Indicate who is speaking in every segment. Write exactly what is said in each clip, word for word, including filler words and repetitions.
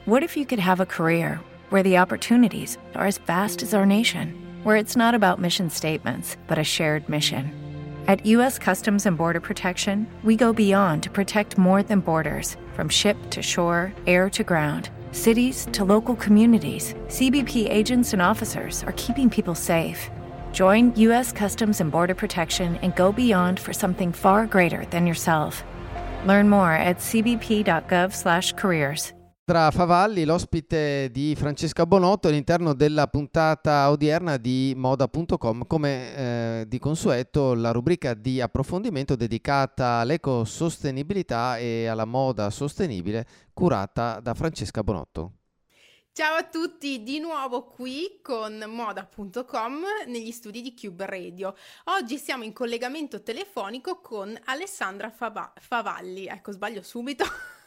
Speaker 1: What if you could have a career where the opportunities are as vast as our nation, where it's not about mission statements, but a shared mission? At U S Customs and Border Protection, we go beyond to protect more than borders, from ship to shore, air to ground, cities to local communities. C B P agents and officers are keeping people safe. Join U S Customs and Border Protection and go beyond for something far greater than yourself. Learn more at c b p dot gov slash careers.
Speaker 2: Tra Favalli, l'ospite di Francesca Bonotto all'interno della puntata odierna di moda punto com, come eh, di consueto la rubrica di approfondimento dedicata all'ecosostenibilità e alla moda sostenibile curata da Francesca Bonotto.
Speaker 3: Ciao a tutti, di nuovo qui con moda punto com negli studi di Cube Radio. Oggi siamo in collegamento telefonico con Alessandra Fava- Favalli, ecco sbaglio subito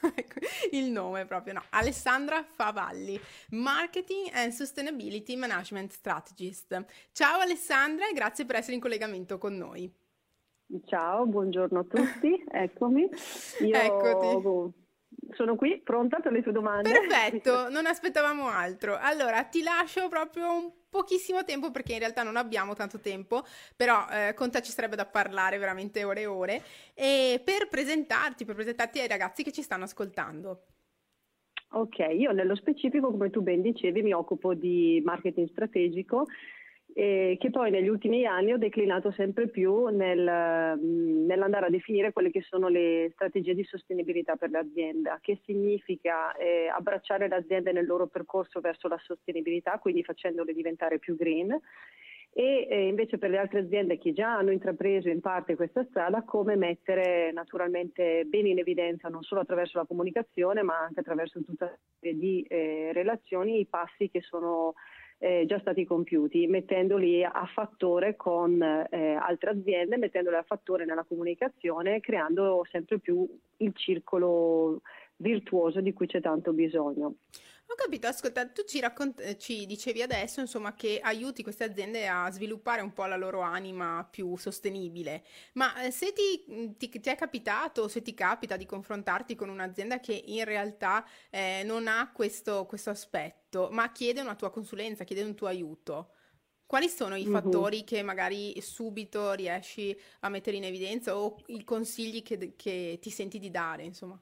Speaker 3: il nome proprio, no, Alessandra Favalli, Marketing and Sustainability Management Strategist. Ciao Alessandra e grazie per essere in collegamento con noi.
Speaker 4: Ciao, buongiorno a tutti, eccomi. Io...
Speaker 3: Eccoti.
Speaker 4: Sono qui, pronta per le tue domande.
Speaker 3: Perfetto, non aspettavamo altro. Allora, ti lascio proprio un pochissimo tempo perché in realtà non abbiamo tanto tempo, però eh, con te ci sarebbe da parlare veramente ore e ore, e per presentarti, per presentarti ai ragazzi che ci stanno ascoltando.
Speaker 4: Ok, io nello specifico, come tu ben dicevi, mi occupo di marketing strategico, eh, che poi negli ultimi anni ho declinato sempre più nel, nell'andare a definire quelle che sono le strategie di sostenibilità per l'azienda, che significa eh, abbracciare le aziende nel loro percorso verso la sostenibilità, quindi facendole diventare più green, e eh, invece per le altre aziende che già hanno intrapreso in parte questa strada, come mettere naturalmente bene in evidenza, non solo attraverso la comunicazione, ma anche attraverso tutta una serie di eh, relazioni, i passi che sono Eh, già stati compiuti, mettendoli a fattore con eh, altre aziende, mettendoli a fattore nella comunicazione, creando sempre più il circolo virtuoso di cui c'è tanto bisogno.
Speaker 3: Ho capito, ascolta, tu ci, raccont- ci dicevi adesso, insomma, che aiuti queste aziende a sviluppare un po' la loro anima più sostenibile, ma eh, se ti, ti, ti è capitato, se ti capita di confrontarti con un'azienda che in realtà eh, non ha questo, questo aspetto, ma chiede una tua consulenza, chiede un tuo aiuto, quali sono i
Speaker 4: Mm-hmm.
Speaker 3: fattori che magari subito riesci a mettere in evidenza o i consigli che, che ti senti di dare, insomma?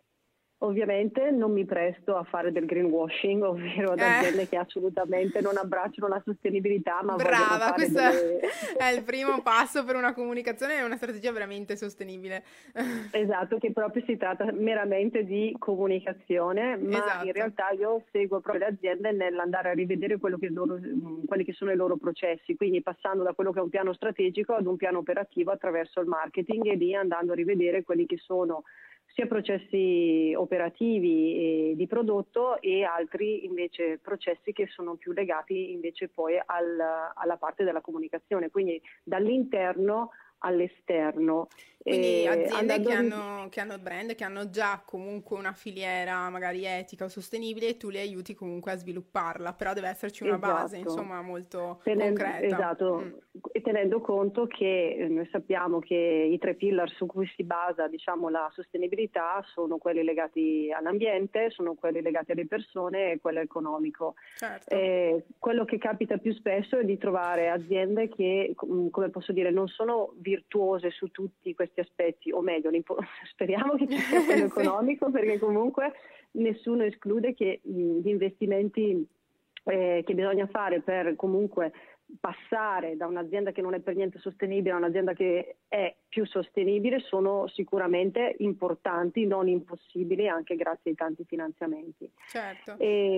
Speaker 4: Ovviamente non mi presto a fare del greenwashing, ovvero ad aziende eh. che assolutamente non abbracciano la sostenibilità, ma
Speaker 3: brava,
Speaker 4: vogliono fare
Speaker 3: questo
Speaker 4: delle...
Speaker 3: è il primo passo per una comunicazione e una strategia veramente sostenibile.
Speaker 4: Esatto, che proprio si tratta meramente di comunicazione, ma
Speaker 3: esatto.
Speaker 4: In realtà io seguo proprio le aziende nell'andare a rivedere quello che loro, quelli che sono i loro processi, quindi passando da quello che è un piano strategico ad un piano operativo attraverso il marketing, e lì andando a rivedere quelli che sono sia processi operativi e di prodotto e altri invece processi che sono più legati invece poi al, alla parte della comunicazione, quindi dall'interno all'esterno.
Speaker 3: Quindi
Speaker 4: eh,
Speaker 3: aziende che
Speaker 4: a...
Speaker 3: hanno, che hanno brand, che hanno già comunque una filiera magari etica o sostenibile, e tu le aiuti comunque a svilupparla, però deve esserci una
Speaker 4: esatto.
Speaker 3: base insomma molto
Speaker 4: Tenendo,
Speaker 3: concreta.
Speaker 4: Esatto, mm. e tenendo conto che eh, noi sappiamo che i tre pillar su cui si basa diciamo la sostenibilità sono quelli legati all'ambiente, sono quelli legati alle persone e quello economico.
Speaker 3: Certo.
Speaker 4: Eh, quello che capita più spesso è di trovare aziende che, come posso dire, non sono virtuose su tutti questi aspetti, o meglio, speriamo che ci sia quello
Speaker 3: sì.
Speaker 4: economico, perché comunque nessuno esclude che mh, gli investimenti eh, che bisogna fare per comunque passare da un'azienda che non è per niente sostenibile a un'azienda che è più sostenibile sono sicuramente importanti, non impossibili, anche grazie ai tanti finanziamenti.
Speaker 3: Certo.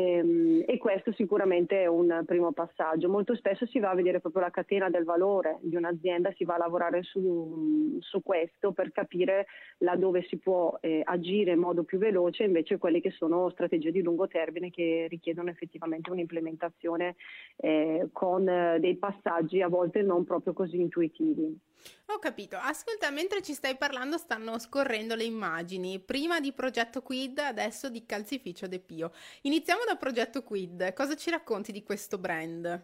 Speaker 4: E, e questo sicuramente è un primo passaggio. Molto spesso si va a vedere proprio la catena del valore di un'azienda, si va a lavorare su, su questo per capire laddove si può eh, agire in modo più veloce, invece quelle che sono strategie di lungo termine che richiedono effettivamente un'implementazione eh, con eh, dei passaggi a volte non proprio così intuitivi.
Speaker 3: Ho capito. Ascolta, mentre ci stai parlando stanno scorrendo le immagini, prima di Progetto Quid, adesso di Calzificio De Pio. Iniziamo da Progetto Quid, cosa ci racconti di questo brand?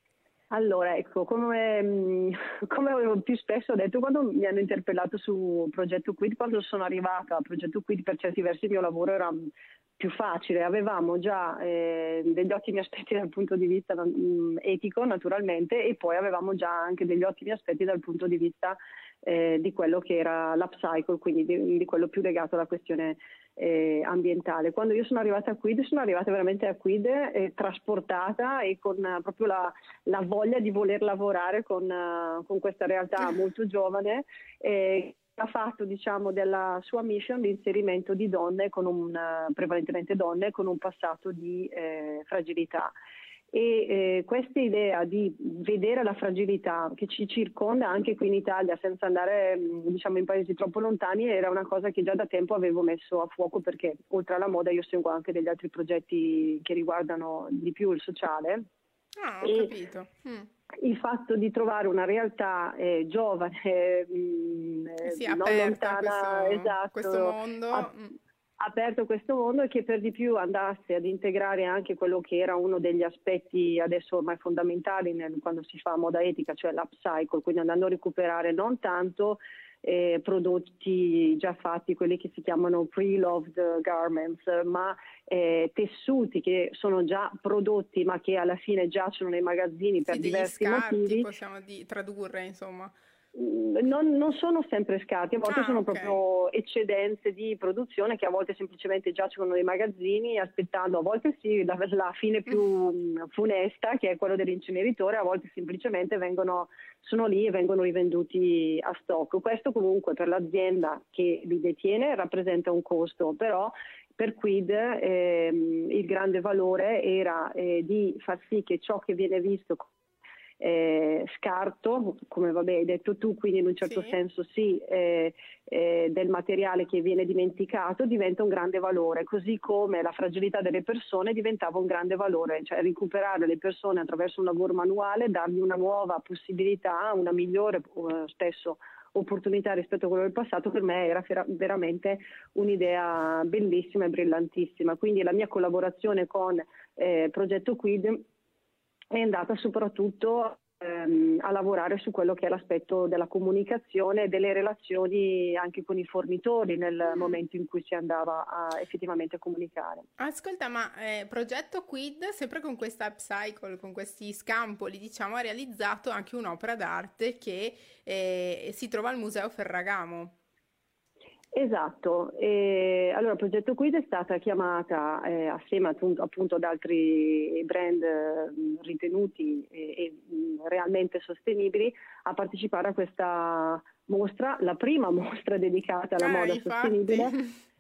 Speaker 4: Allora, ecco, come, come avevo più spesso detto quando mi hanno interpellato su Progetto Quid, quando sono arrivata a Progetto Quid, per certi versi il mio lavoro era più facile, avevamo già eh, degli ottimi aspetti dal punto di vista mh, etico naturalmente, e poi avevamo già anche degli ottimi aspetti dal punto di vista eh, di quello che era l'upcycle, quindi di, di quello più legato alla questione eh, ambientale. Quando io sono arrivata a Quid, sono arrivata veramente a Quid eh, trasportata e con uh, proprio la, la voglia di voler lavorare con, uh, con questa realtà molto giovane, eh, ha fatto, diciamo, della sua mission l'inserimento di donne, con un, uh, prevalentemente donne, con un passato di eh, fragilità. E eh, questa idea di vedere la fragilità che ci circonda anche qui in Italia, senza andare, diciamo, in paesi troppo lontani, era una cosa che già da tempo avevo messo a fuoco, perché oltre alla moda io seguo anche degli altri progetti che riguardano di più il sociale.
Speaker 3: Ah, ho
Speaker 4: e
Speaker 3: capito. Mm.
Speaker 4: Il fatto di trovare una realtà eh, giovane, mh,
Speaker 3: Sì,
Speaker 4: non
Speaker 3: aperta
Speaker 4: lontana,
Speaker 3: questo,
Speaker 4: esatto,
Speaker 3: questo mondo.
Speaker 4: a,
Speaker 3: Mm.
Speaker 4: aperto questo mondo, e che per di più andasse ad integrare anche quello che era uno degli aspetti adesso ormai fondamentali nel, quando si fa moda etica, cioè l'upcycle, quindi andando a recuperare non tanto eh, prodotti già fatti, quelli che si chiamano pre-loved garments, ma eh, tessuti che sono già prodotti ma che alla fine giacciono nei magazzini per
Speaker 3: Sì, degli
Speaker 4: diversi
Speaker 3: scarti,
Speaker 4: motivi.
Speaker 3: possiamo di- tradurre, insomma.
Speaker 4: Non, non sono sempre scarti, a volte
Speaker 3: Ah,
Speaker 4: sono
Speaker 3: ok.
Speaker 4: proprio eccedenze di produzione che a volte semplicemente giacciono nei magazzini aspettando, a volte sì, la, la fine più mh, funesta, che è quello dell'inceneritore, a volte semplicemente vengono, sono lì e vengono rivenduti a stock. Questo comunque per l'azienda che li detiene rappresenta un costo, però per Quid ehm, il grande valore era eh, di far sì che ciò che viene visto Eh, scarto, come vabbè hai detto tu, quindi in un certo
Speaker 3: Sì.
Speaker 4: senso sì, eh, eh, del materiale che viene dimenticato, diventa un grande valore, così come la fragilità delle persone diventava un grande valore, cioè recuperare le persone attraverso un lavoro manuale, dargli una nuova possibilità, una migliore eh, spesso opportunità rispetto a quello del passato, per me era fer- veramente un'idea bellissima e brillantissima. Quindi la mia collaborazione con eh, Progetto Quid è andata soprattutto ehm, a lavorare su quello che è l'aspetto della comunicazione e delle relazioni anche con i fornitori nel
Speaker 3: Mm.
Speaker 4: momento in cui si andava a effettivamente comunicare.
Speaker 3: Ascolta, ma eh, Progetto Quid, sempre con questa upcycle, con questi scampoli, diciamo, ha realizzato anche un'opera d'arte che eh, si trova al Museo Ferragamo.
Speaker 4: Esatto, e allora il progetto Quid è stata chiamata eh, assieme appunto, appunto ad altri brand eh, ritenuti e, e mh, realmente sostenibili a partecipare a questa mostra, la prima mostra dedicata alla
Speaker 3: Eh,
Speaker 4: moda
Speaker 3: infatti.
Speaker 4: sostenibile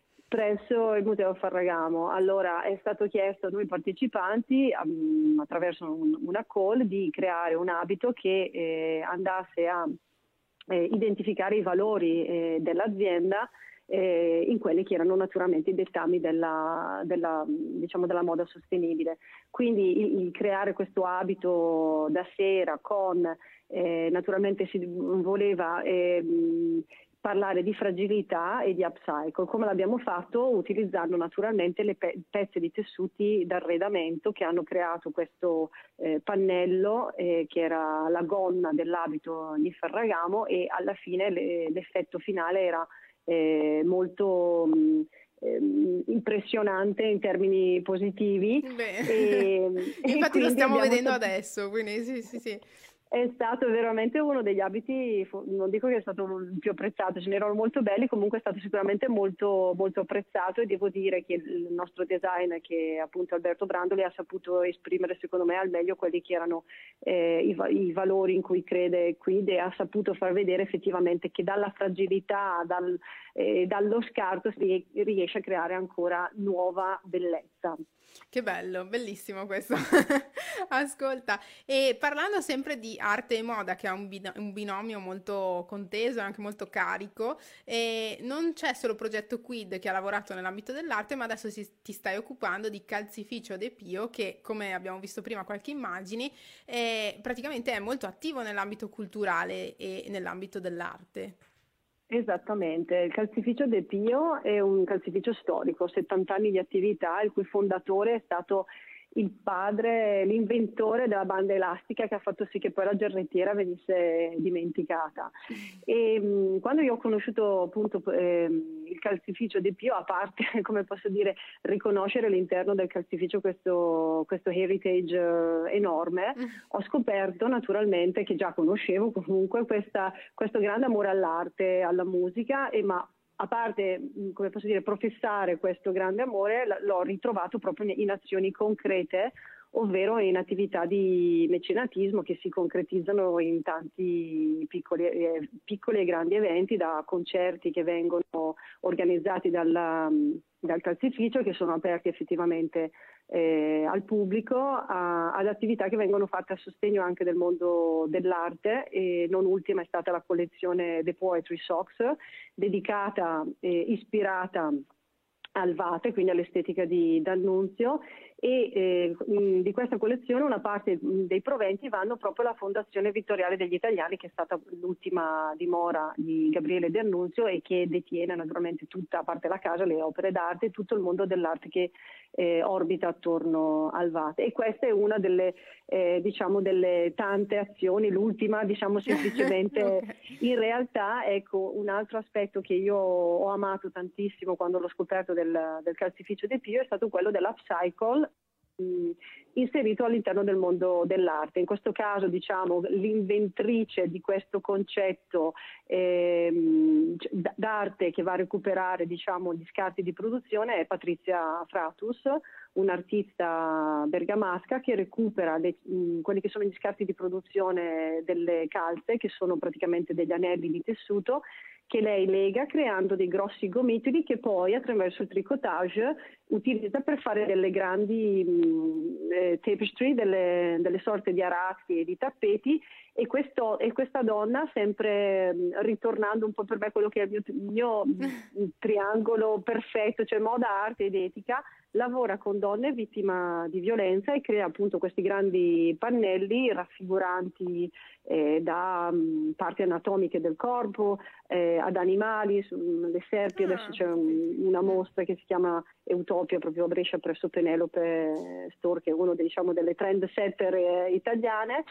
Speaker 4: presso il Museo Ferragamo. Allora è stato chiesto a noi partecipanti um, attraverso un, una call di creare un abito che eh, andasse a Eh, identificare i valori eh, dell'azienda eh, in quelli che erano naturalmente i dettami della, della, diciamo, della moda sostenibile. Quindi il, il creare questo abito da sera con, eh, naturalmente si voleva eh, parlare di fragilità e di upcycle. Come l'abbiamo fatto? Utilizzando naturalmente le pe- pezzi di tessuti d'arredamento che hanno creato questo eh, pannello eh, che era la gonna dell'abito di Ferragamo, e alla fine le- l'effetto finale era eh, molto mh, ehm, impressionante in termini positivi.
Speaker 3: Beh,
Speaker 4: E, e
Speaker 3: infatti lo
Speaker 4: quindi
Speaker 3: stiamo
Speaker 4: abbiamo
Speaker 3: vedendo
Speaker 4: sap-
Speaker 3: adesso, quindi sì, sì, sì.
Speaker 4: È stato veramente uno degli abiti, non dico che è stato il più apprezzato, ce n'erano molto belli, comunque è stato sicuramente molto, molto apprezzato, e devo dire che il nostro designer, che è appunto Alberto Brandoli, ha saputo esprimere secondo me al meglio quelli che erano eh, i, va- i valori in cui crede Quid, e ha saputo far vedere effettivamente che dalla fragilità, dal, eh, dallo scarto si riesce a creare ancora nuova bellezza.
Speaker 3: Che bello, bellissimo questo. Ascolta, e parlando sempre di arte e moda, che è un, bin- un binomio molto conteso e anche molto carico, e non c'è solo Progetto Quid che ha lavorato nell'ambito dell'arte, ma adesso si- ti stai occupando di Calzificio De Pio, che, come abbiamo visto prima qualche immagini, è, praticamente è molto attivo nell'ambito culturale e nell'ambito dell'arte.
Speaker 4: Esattamente, il calzificio De Pio è un calzificio storico, settanta anni di attività, il cui fondatore è stato il padre, l'inventore della banda elastica che ha fatto sì che poi la giarrettiera venisse dimenticata. E mh, quando io ho conosciuto appunto eh, il calzificio De Pio, a parte, come posso dire, riconoscere all'interno del calzificio questo, questo heritage eh, enorme, mm. ho scoperto naturalmente, che già conoscevo comunque, questa, questo grande amore all'arte, alla musica, e ma a parte, come posso dire, professare questo grande amore, l'ho ritrovato proprio in azioni concrete, ovvero in attività di mecenatismo che si concretizzano in tanti piccoli, eh, piccoli e grandi eventi, da concerti che vengono organizzati dalla, dal calzificio, che sono aperti effettivamente eh, al pubblico, a, ad attività che vengono fatte a sostegno anche del mondo dell'arte, e non ultima è stata la collezione The Poetry Socks, dedicata e ispirata al Vate, quindi all'estetica di D'Annunzio, e eh, di questa collezione una parte dei proventi vanno proprio alla Fondazione Vittoriale degli Italiani, che è stata l'ultima dimora di Gabriele D'Annunzio e che detiene naturalmente tutta, a parte la casa, le opere d'arte e tutto il mondo dell'arte che eh, orbita attorno al Vate. E questa è una delle eh, diciamo delle tante azioni, l'ultima diciamo semplicemente okay. In realtà, ecco, un altro aspetto che io ho amato tantissimo quando l'ho scoperto del, del calzificio De Pio è stato quello dell'upcycle inserito all'interno del mondo dell'arte. In questo caso, diciamo, l'inventrice di questo concetto ehm, d'arte che va a recuperare, diciamo, gli scarti di produzione è Patrizia Fratus, un'artista bergamasca che recupera le, mh, quelli che sono gli scarti di produzione delle calze, che sono praticamente degli anelli di tessuto, che lei lega creando dei grossi gomitoli che poi attraverso il tricotage utilizza per fare delle grandi mh, eh, tapestry, delle, delle sorte di arazzi e di tappeti. E, questo, e questa donna, sempre mh, ritornando un po' per me quello che è il mio, mio triangolo perfetto, cioè moda, arte ed etica, lavora con donne vittime di violenza e crea appunto questi grandi pannelli raffiguranti eh, da mh, parti anatomiche del corpo eh, ad animali, su, le serpi. Adesso c'è un, una mostra che si chiama Utopia proprio a Brescia presso Penelope Store, che è uno dei, diciamo, delle trendsetter eh, italiane.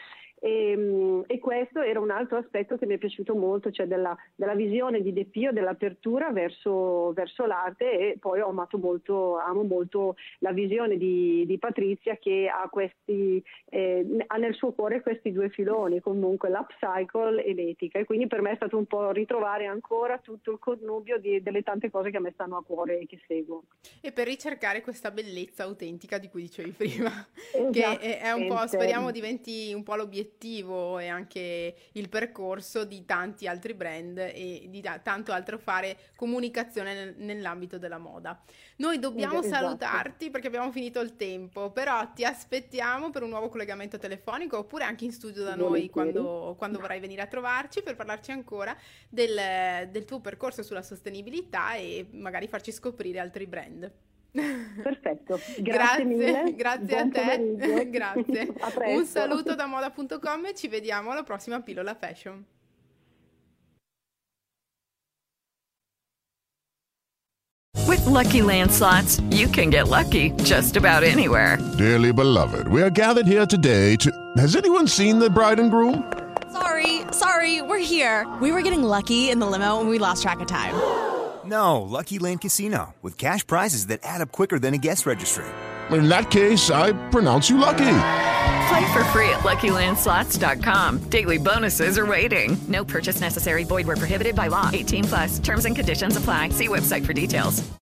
Speaker 4: E, e questo era un altro aspetto che mi è piaciuto molto, cioè della, della visione di De Pio, dell'apertura verso, verso l'arte. E poi ho amato molto, amo molto la visione di, di Patrizia, che ha questi eh, ha nel suo cuore questi due filoni, comunque l'upcycle e l'etica, e quindi per me è stato un po' ritrovare ancora tutto il connubio di, delle tante cose che a me stanno a cuore e che seguo.
Speaker 3: E per ricercare questa bellezza autentica di cui dicevi prima, che è, è un po', speriamo diventi un po' l'obiettivo e anche il percorso di tanti altri brand e di da, tanto altro fare comunicazione nel, nell'ambito della moda. Noi dobbiamo esatto. salutarti perché abbiamo finito il tempo, però ti aspettiamo per un nuovo collegamento telefonico oppure anche in studio da noi quando, quando vorrai venire a trovarci per parlarci ancora del, del tuo percorso sulla sostenibilità e magari farci scoprire altri brand.
Speaker 4: Perfetto, grazie,
Speaker 3: grazie
Speaker 4: mille,
Speaker 3: grazie a te. Grazie. Un saluto da moda punto com e ci vediamo alla prossima pillola fashion.
Speaker 5: With Lucky Land Slots, you can get lucky just about anywhere.
Speaker 6: Dearly beloved, we are gathered here today to... Has anyone seen the bride and groom?
Speaker 7: Sorry, sorry, we're here. We were getting lucky in the limo and we lost track of time.
Speaker 8: No, Lucky Land Casino, with cash prizes that add up quicker than a guest registry.
Speaker 6: In that case, I pronounce you lucky.
Speaker 5: Play for free at Lucky Land Slots dot com. Daily bonuses are waiting. No purchase necessary. Void where prohibited by law. eighteen plus. Terms and conditions apply. See website for details.